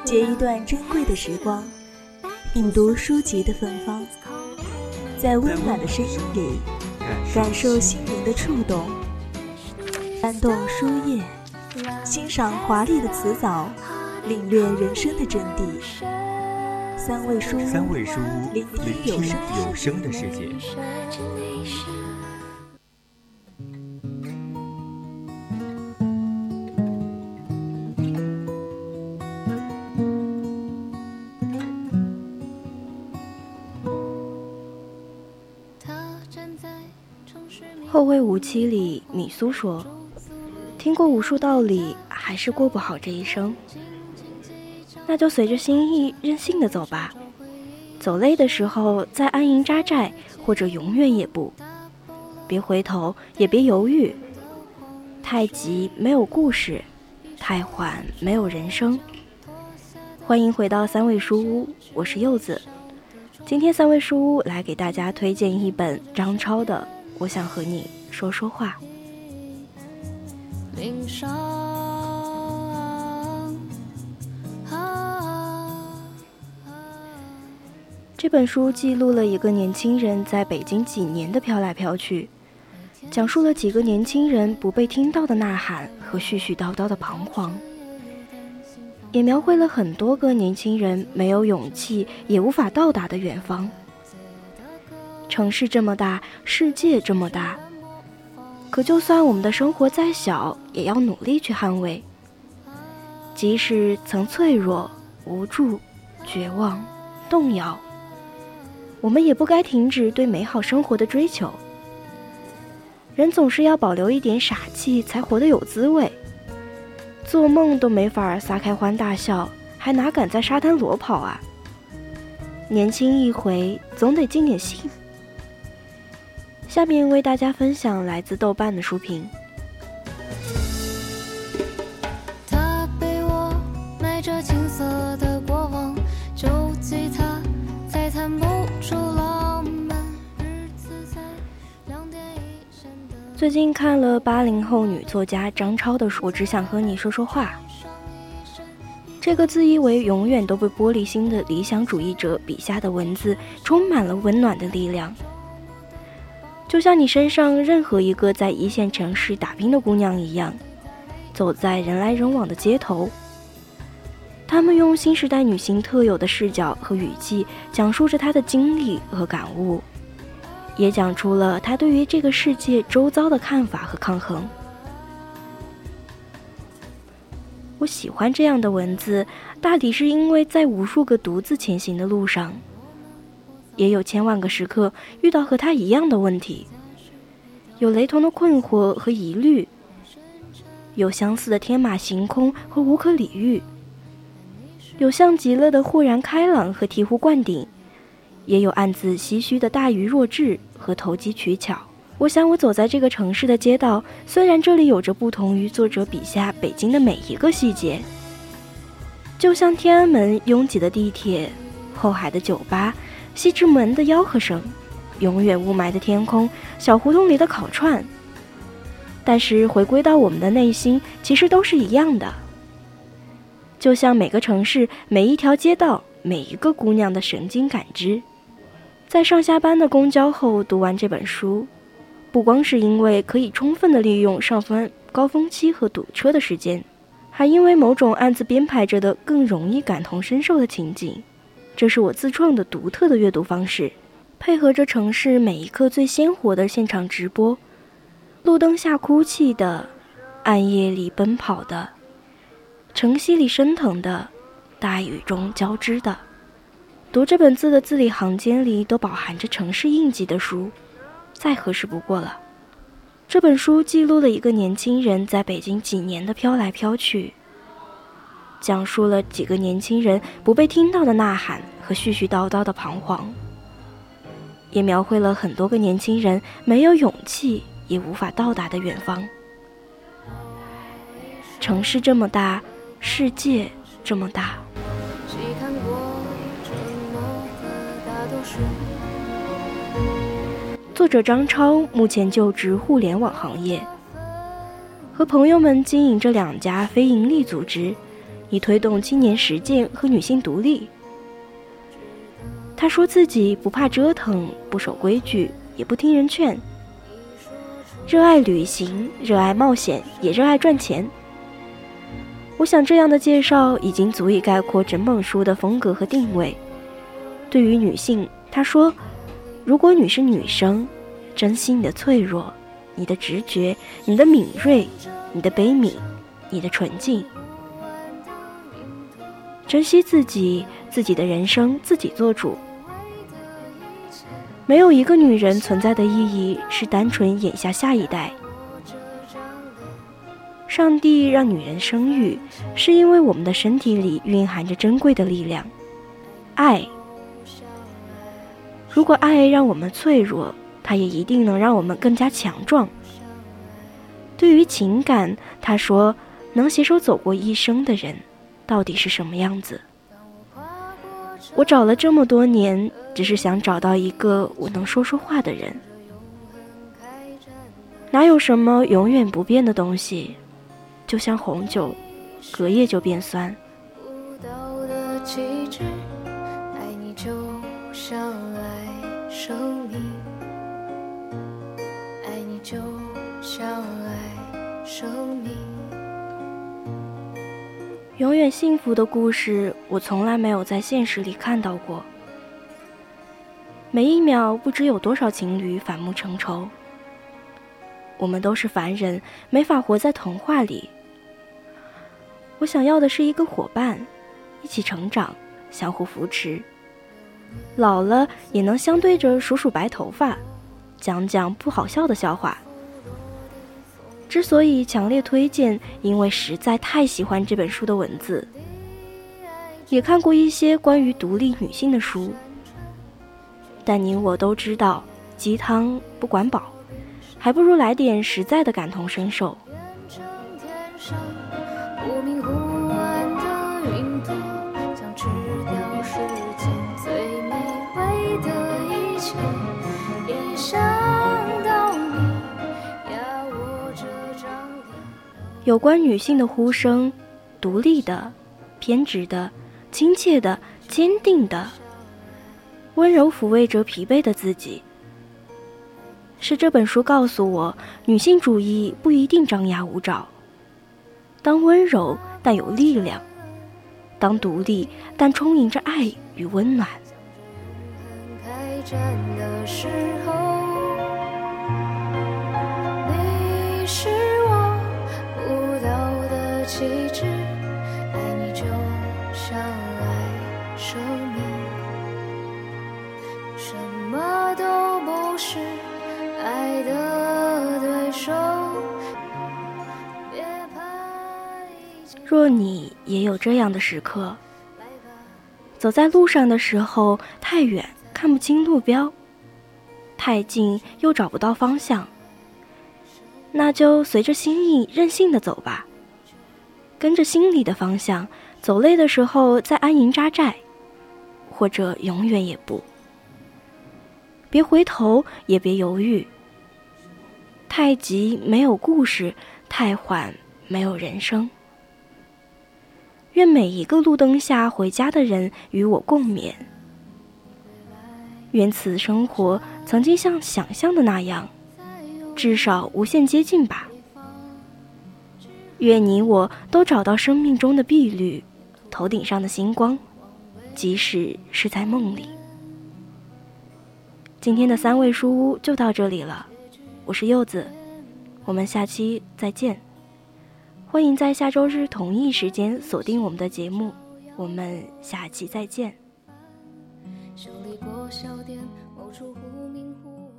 借一段珍贵的时光，品读书籍的芬芳，在温暖的声音里感受心灵的触动，翻动书页，欣赏华丽的词藻，领略人生的真谛。三味书屋，聆听有声的世界。 后会无期里，米苏说，听过无数道理，还是过不好这一生，那就随着心意任性的走吧，走累的时候再安营扎寨，或者永远也不，别回头也别犹豫，太急没有故事，太缓没有人生。欢迎回到三味书屋，我是柚子。今天三味书屋来给大家推荐一本张超的我想和你说说话。这本书记录了一个年轻人在北京几年的飘来飘去，讲述了几个年轻人不被听到的呐喊和絮絮叨叨的彷徨，也描绘了很多个年轻人没有勇气也无法到达的远方。城市这么大，世界这么大，可就算我们的生活再小，也要努力去捍卫。即使曾脆弱、无助、绝望、动摇，我们也不该停止对美好生活的追求。人总是要保留一点傻气，才活得有滋味。做梦都没法撒开欢大笑，还哪敢在沙滩裸跑啊？年轻一回，总得尽点兴。下面为大家分享来自豆瓣的书评。 他被我埋着青涩的过往，就记他再谈不出浪漫，日子在2点1线的。 最近看了80后女作家张超的书，我只想和你说说话。这个自以为永远都被玻璃心的理想主义者笔下的文字，充满了温暖的力量。就像你身上任何一个在一线城市打拼的姑娘一样，走在人来人往的街头，她们用新时代女性特有的视角和语气，讲述着她的经历和感悟，也讲出了她对于这个世界周遭的看法和抗衡。我喜欢这样的文字，大抵是因为在无数个独自前行的路上，也有千万个时刻遇到和他一样的问题，有雷同的困惑和疑虑，有相似的天马行空和无可理喻，有像极了的豁然开朗和醍醐灌顶，也有暗自唏嘘的大愚弱智和投机取巧。我想我走在这个城市的街道，虽然这里有着不同于作者笔下北京的每一个细节，就像天安门拥挤的地铁，后海的酒吧，西直门的吆喝声，永远雾霾的天空，小胡同里的烤串，但是回归到我们的内心，其实都是一样的。就像每个城市，每一条街道，每一个姑娘的神经感知。在上下班的公交后读完这本书，不光是因为可以充分地利用上班高峰期和堵车的时间，还因为某种暗自编排着的更容易感同身受的情景。这是我自创的独特的阅读方式，配合着城市每一刻最鲜活的现场直播，路灯下哭泣的，暗夜里奔跑的，晨曦里升腾的，大雨中交织的。读这本字的字里行间里都饱含着城市印记的书，再合适不过了。这本书记录了一个年轻人在北京几年的飘来飘去，讲述了几个年轻人不被听到的呐喊和絮絮叨叨的彷徨，也描绘了很多个年轻人没有勇气也无法到达的远方。城市这么大，世界这么大。作者张超目前就职互联网行业，和朋友们经营着2家非营利组织， 以推动青年实践和女性独立。她说自己不怕折腾，不守规矩，也不听人劝，热爱旅行，热爱冒险，也热爱赚钱。我想这样的介绍已经足以概括整本书的风格和定位。对于女性，她说，如果你是女生，珍惜你的脆弱，你的直觉，你的敏锐，你的悲悯，你的纯净，珍惜自己，自己的人生自己做主。没有一个女人存在的意义是单纯眼下下一代。上帝让女人生育，是因为我们的身体里蕴含着珍贵的力量，爱。如果爱让我们脆弱，它也一定能让我们更加强壮。对于情感，他说，能携手走过一生的人，到底是什么样子？我找了这么多年，只是想找到一个我能说说话的人。哪有什么永远不变的东西？就像红酒，隔夜就变酸。 不到的气质，爱你就像爱生命，爱你就像爱生命。 永远幸福的故事，我从来没有在现实里看到过。每一秒不知有多少情侣反目成仇。我们都是凡人，没法活在童话里。我想要的是一个伙伴，一起成长，相互扶持，老了也能相对着数数白头发，讲讲不好笑的笑话。之所以强烈推荐，因为实在太喜欢这本书的文字，也看过一些关于独立女性的书，但你我都知道，鸡汤不管饱，还不如来点实在的感同身受。 不明湖岸的云朵，将吃掉世间最美味的一切，也想到你压我这张脸。 有关女性的呼声，独立的、偏执的、亲切的、坚定的，温柔抚慰着疲惫的自己。是这本书告诉我，女性主义不一定张牙舞爪，当温柔但有力量，当独立但充盈着爱与温暖。 开战的时候，你是我不到的气质，爱你就像爱生命，什么都不是爱的对手。 若你也有这样的时刻，走在路上的时候，太远看不清路标，太近又找不到方向，那就随着心意任性的走吧，跟着心里的方向，走累的时候再安营扎寨，或者永远也不。别回头，也别犹豫。太急没有故事，太缓没有人生。愿每一个路灯下回家的人与我共勉。愿此生活曾经像想象的那样，至少无限接近吧。愿你我都找到生命中的碧绿，头顶上的星光，即使是在梦里。今天的三味书屋就到这里了，我是柚子，我们下期再见。欢迎在下周日同一时间锁定我们的节目，我们下期再见。 修理过小店，某处忽明忽暗。